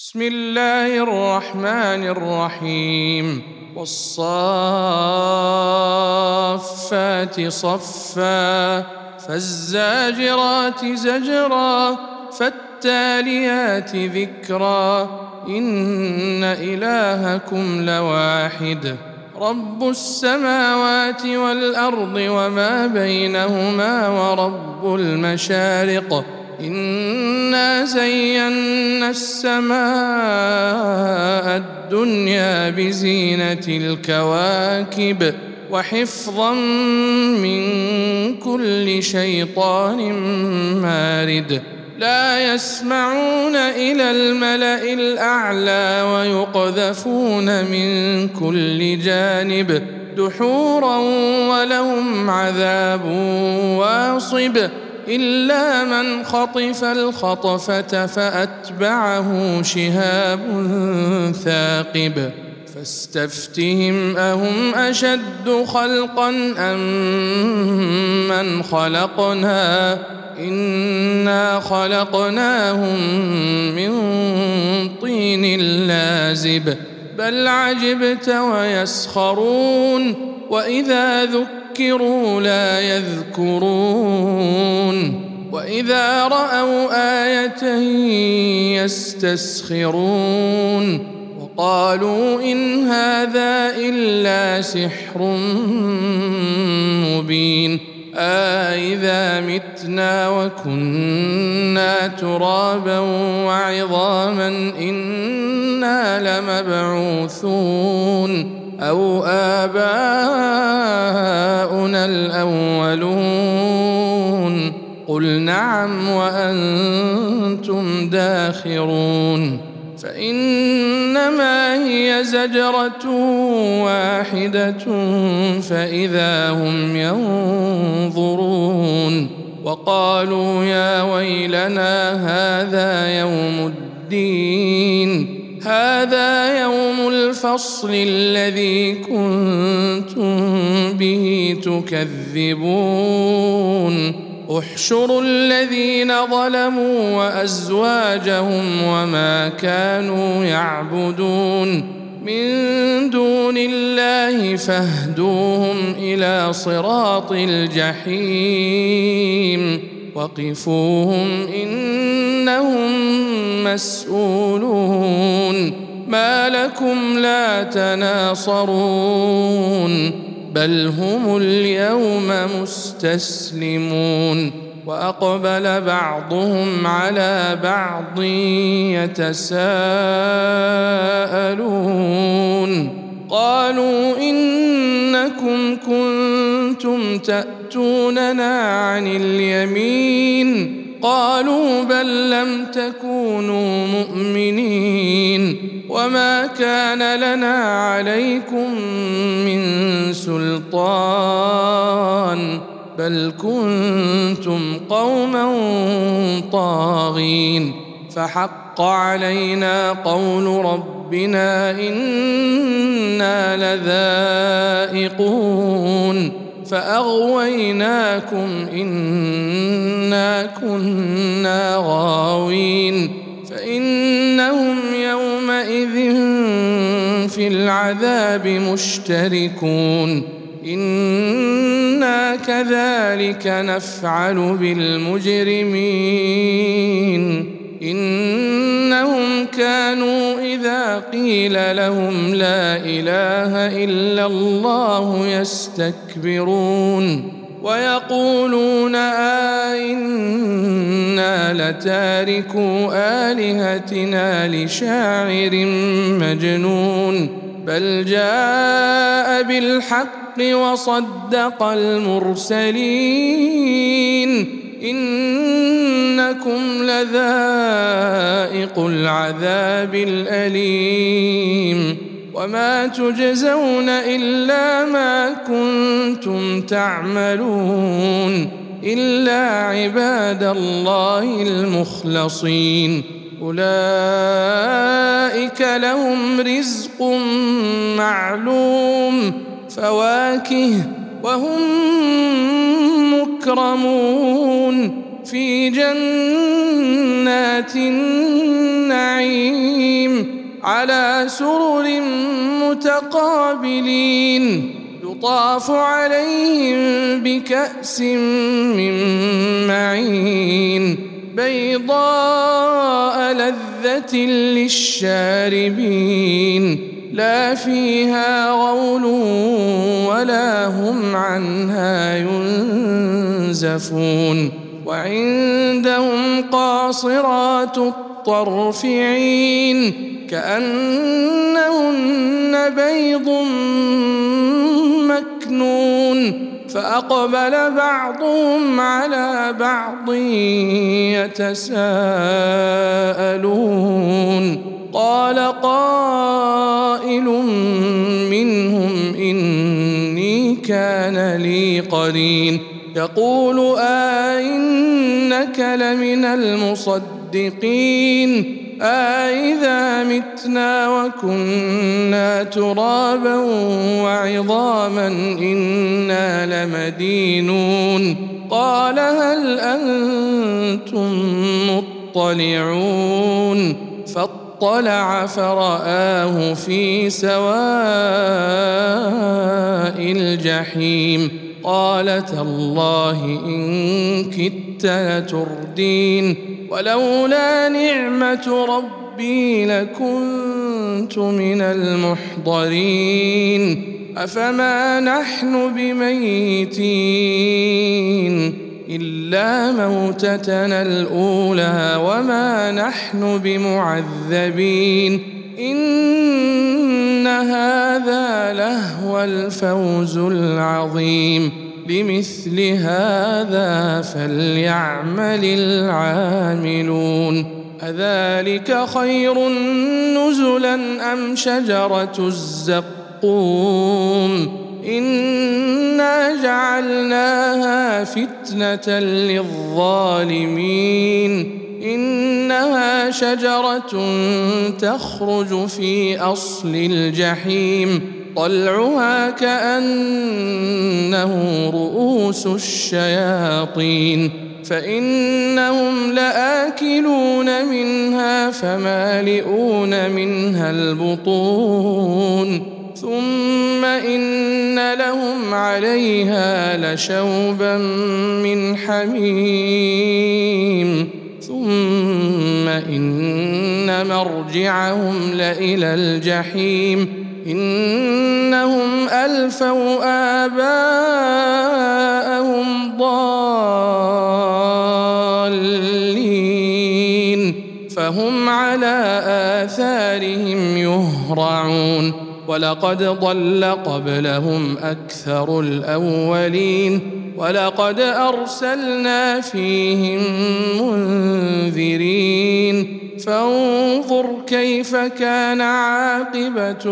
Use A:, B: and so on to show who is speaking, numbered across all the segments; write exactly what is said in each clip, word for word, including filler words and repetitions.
A: بسم الله الرحمن الرحيم والصافات صفا فالزاجرات زجرا فالتاليات ذكرا إن إلهكم لواحد رب السماوات والأرض وما بينهما ورب المشارق إنا زينا السماء الدنيا بزينة الكواكب وحفظا من كل شيطان مارد لا يسمعون إلى الملأ الأعلى ويقذفون من كل جانب دحورا ولهم عذاب واصب إلا من خطف الخطفة فأتبعه شهاب ثاقب فاستفتهم أهم أشد خلقا أم من خلقنا إنا خلقناهم من طين لازب بل عجبت ويسخرون وإذا ذكروا لا يذكرون وإذا رأوا آية يستسخرون وقالوا إن هذا إلا سحر مبين أإذا متنا وكنا ترابا وعظاما إنا لمبعوثون أو آباؤنا الأولون قل نعم وأنتم داخرون فإنما هي زجرة واحدة فإذا هم ينظرون وقالوا يا ويلنا هذا يوم الدين هذا يوم الفصل الذي كنتم به تكذبون احشروا الذين ظلموا وأزواجهم وما كانوا يعبدون من دون الله فاهدوهم إلى صراط الجحيم وقفوهم إنهم مسؤولون ما لكم لا تناصرون بل هم اليوم مستسلمون وأقبل بعضهم على بعض يتساءلون قالوا إنكم كنتم تأتوننا عن اليمين قالوا بل لم تكونوا مؤمنين وما كان لنا عليكم من سلطان بل كنتم قوما طاغين فحق علينا قول ربنا إنا لذائقون فأغويناكم إنا كنا غاوين فإنهم يومئذ في العذاب مشتركون إنا كذلك نفعل بالمجرمين إنهم كانوا إذا قيل لهم لا إله إلا الله يستكبرون ويقولون أئنا لتاركو آلهتنا لشاعر مجنون بل جاء بالحق وصدق المرسلين إنكم لذائق العذاب الأليم وما تجزون إلا ما كنتم تعملون إلا عباد الله المخلصين أولئك لهم رزق معلوم فواكه وهم مكرمون في جنات النعيم على سرر متقابلين يطاف عليهم بكأس من معين بيضاء لذة للشاربين لا فيها غول ولا هم عنها ينزفون وعندهم قاصرات الطرف عين كأنهن بيض مكنون فأقبل بعضهم على بعض يتساءلون قال قائل منهم إني كان لي قرين يقول أئنك لمن المصدقين أإذا متنا وكنا ترابا وعظاما إنا لمدينون قال هل أنتم مطلعون فاطلع فرآه في سواء الجحيم قال تالله إن كدت لتردين ولولا نعمة ربي لكنت من المحضرين أفما نحن بميتين إلا موتتنا الأولى وما نحن بمعذبين إن هذا لهو الفوز العظيم لمثل هذا فليعمل العاملون أذلك خير نزلا أم شجرة الزقوم إنا جعلناها فتنة للظالمين إنها شجرة تخرج في أصل الجحيم طلعها كأنه رؤوس الشياطين فإنهم لآكلون منها فمالئون منها البطون ثم إن لهم عليها لشوبا من حميم ثم إن مرجعهم لإلى الجحيم إنهم ألفوا آباءهم ضالين فهم على آثارهم يهرعون ولقد ضل قبلهم أكثر الأولين ولقد أرسلنا فيهم منذرين فانظر كيف كان عاقبة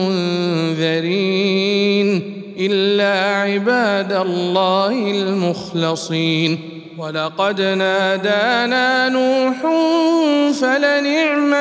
A: المنذرين إلا عباد الله المخلصين ولقد نادانا نوح فلنعم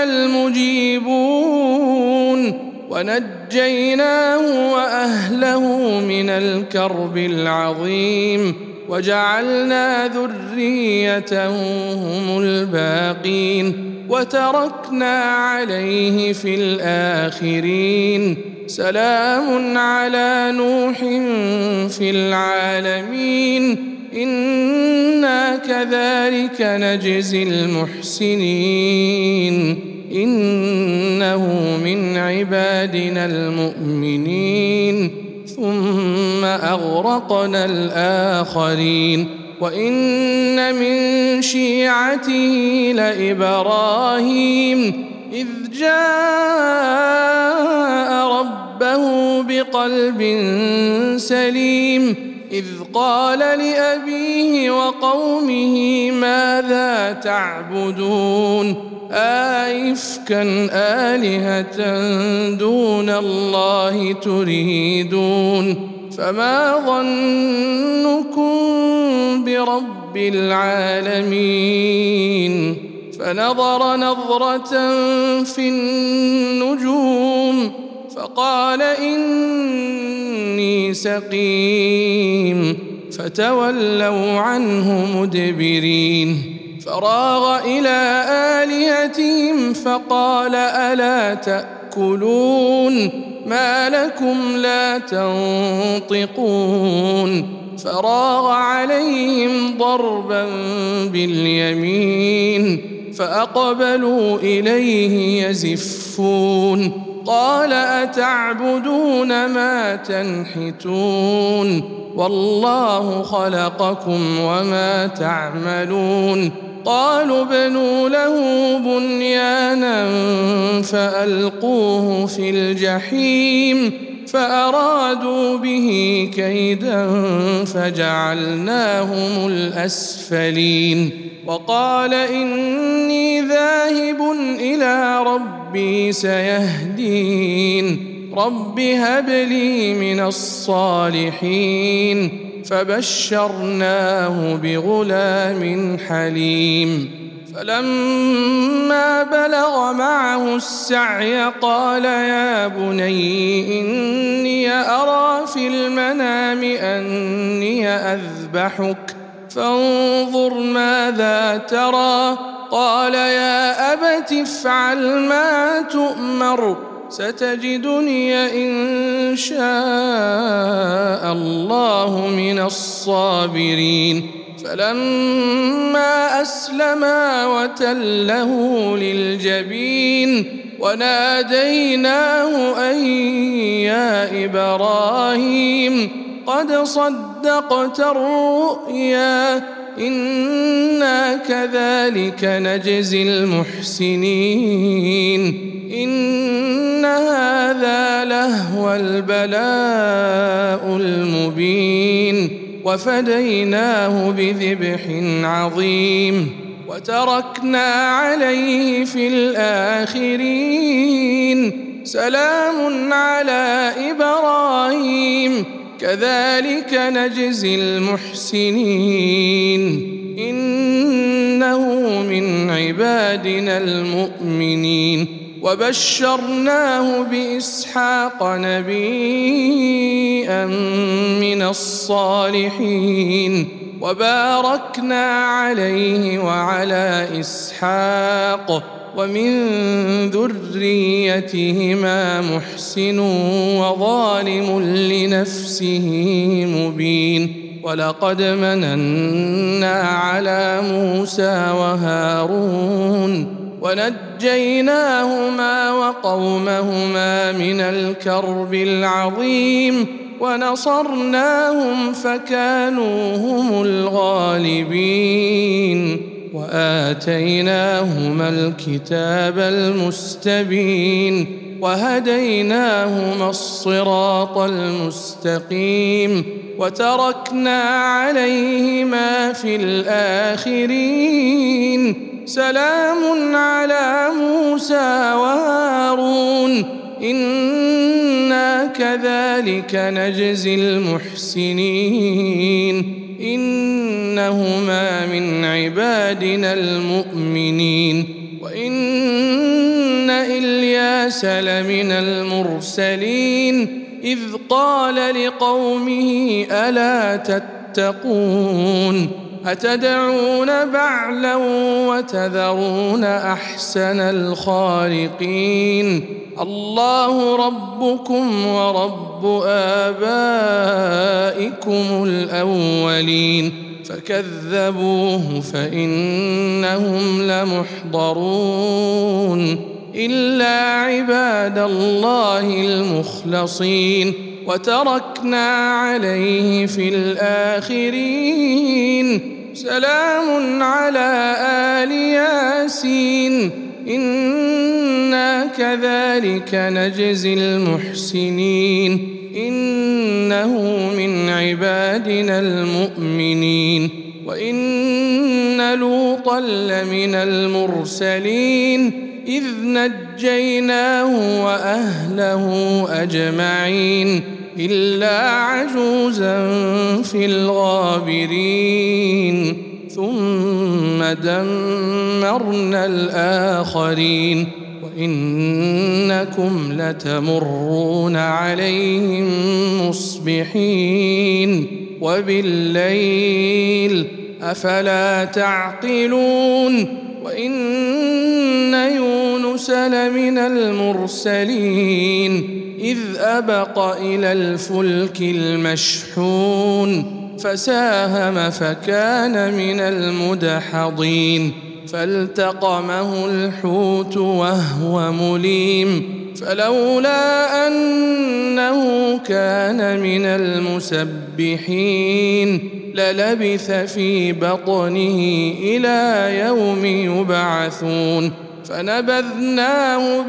A: المجيبون ونجيناه وأهله من الكرب العظيم وجعلنا ذريته هم الباقين وتركنا عليه في الآخرين سلام على نوح في العالمين إنا كذلك نجزي المحسنين إنه من عبادنا المؤمنين ثم أغرقنا الآخرين وإن من شيعته لإبراهيم إذ جاء ربه بقلب سليم إذ قال لأبيه وقومه ماذا تعبدون أئفكا آلهة دون الله تريدون فما ظنكم برب العالمين فنظر نظرة في النجوم فقال إني سقيم فتولوا عنه مدبرين فراغ إلى آلهتهم فقال ألا تأكلون ما لكم لا تنطقون فراغ عليهم ضربا باليمين فأقبلوا إليه يزفون قال أتعبدون ما تنحتون والله خلقكم وما تعملون قالوا ابنوا له بنيانا فألقوه في الجحيم فأرادوا به كيدا فجعلناهم الأسفلين وقال إني ذاهب إلى ربي سيهدين رب هب لي من الصالحين فبشرناه بغلام حليم فلما بلغ معه السعي قال يا بني إني أرى في المنام أني أذبحك فانظر ماذا ترى قال يا أبت افعل ما تؤمر ستجدني إن شاء الله من الصابرين فلما أسلما وتله للجبين وناديناه أن يا إبراهيم قد صدقت الرؤيا إنا كذلك نجزي المحسنين إن هذا لهو البلاء المبين وفديناه بذبح عظيم وتركنا عليه في الآخرين سلام على إبراهيم كذلك نجزي المحسنين إنه من عبادنا المؤمنين وبشرناه بإسحاق نبيا من الصالحين وباركنا عليه وعلى إسحاق ومن ذريتهما محسن وظالم لنفسه مبين ولقد مننا على موسى وهارون ونجيناهما وقومهما من الكرب العظيم ونصرناهم فكانوا هم الغالبين وآتيناهما الكتاب المستبين وهديناهما الصراط المستقيم وتركنا عليهما في الآخرين سلام على موسى وهارون إنا كذلك نجزي المحسنين إنهما من عبادنا المؤمنين وإن إلياس لمن المرسلين إذ قال لقومه ألا تتقون أتدعون بعلا وتذرون أحسن الخالقين الله ربكم ورب آبائكم الأولين فكذبوه فإنهم لمحضرون إلا عباد الله المخلصين وتركنا عليه في الآخرين سلام على آل ياسين إنا كذلك نجزي المحسنين إنه من عبادنا المؤمنين وإن لوطا لمن المرسلين إذ نجيناه وأهله أجمعين إلا عجوزا في الغابرين ثم دمرنا الآخرين وإنكم لتمرون عليهم مصبحين وبالليل أفلا تعقلون وإن يونس لمن المرسلين إذ أبق إلى الفلك المشحون فساهم فكان من المدحضين فالتقمه الحوت وهو مليم فلولا أنه كان من المسبحين للبث في بطنه إلى يوم يبعثون فنبذناه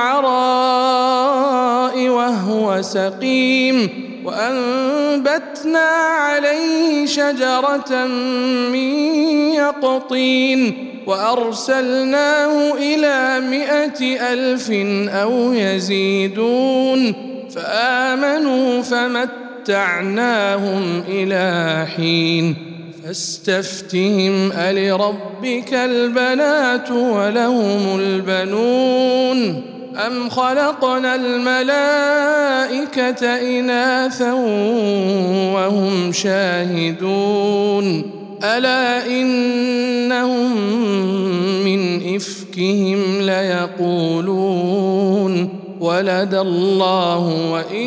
A: بالعراء وهو سقيم وأنبتنا عليه شجرة من يقطين وأرسلناه إلى مائة ألف أو يزيدون فآمنوا فمتعناهم إلى حين فاستفتهم ألربك البنات ولهم البنون أم خلقنا الملائكة إناثا وهم شاهدون ألا إنهم من إفكهم ليقولون ولد الله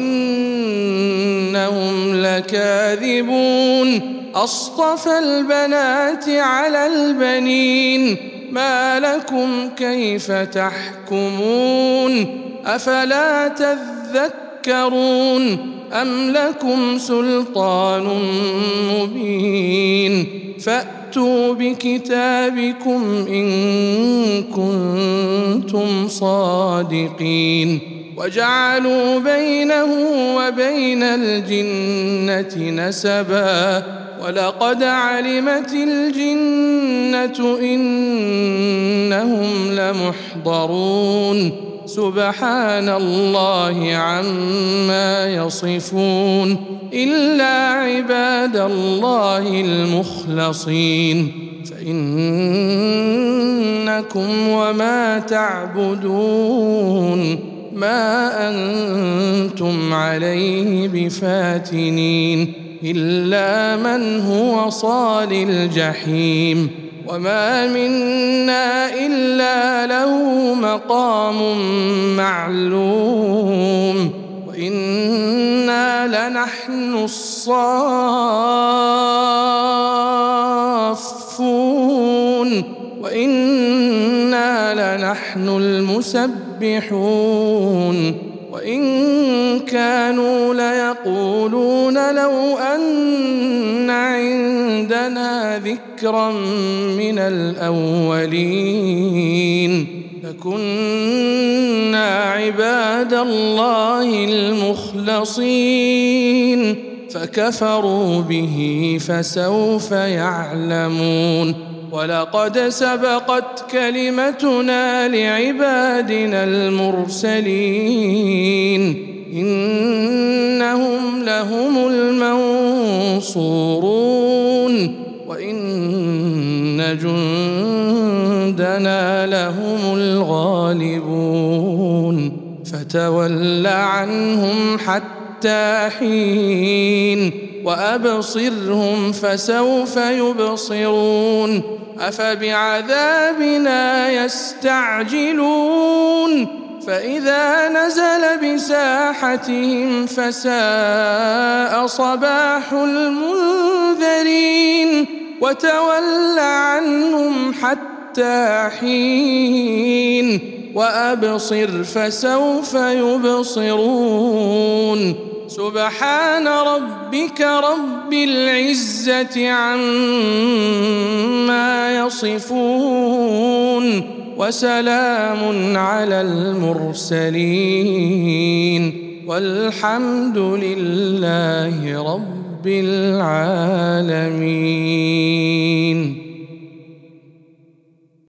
A: وإنهم لكاذبون أصطفى البنات على البنين ما لكم كيف تحكمون أفلا تذكرون أم لكم سلطان مبين فأتوا بكتابكم إن كنتم صادقين وجعلوا بينه وبين الجنة نسبا ولقد علمت الجنة إنهم لمحضرون سبحان الله عما يصفون إلا عباد الله المخلصين فإنكم وما تعبدون ما أنتم عليه بفاتنين إلا من هو صال الجحيم وما منا إلا له مقام معلوم وإنا لنحن الصافون وإنا لنحن المسبحون وإن كانوا ليقولون لو أن عندنا ذكرا من الأولين لكنا عباد الله المخلصين فكفروا به فسوف يعلمون ولقد سبقت كلمتنا لعبادنا المرسلين إنهم لهم المنصورون وإن جندنا لهم الغالبون فتول عنهم حتى حين وأبصرهم فسوف يبصرون أفبعذابنا يستعجلون فإذا نزل بساحتهم فساء صباح المنذرين وتول عنهم حتى حين وأبصر فسوف يبصرون سبحان ربك رب العزة عما يصفون وسلام على المرسلين والحمد لله رب العالمين.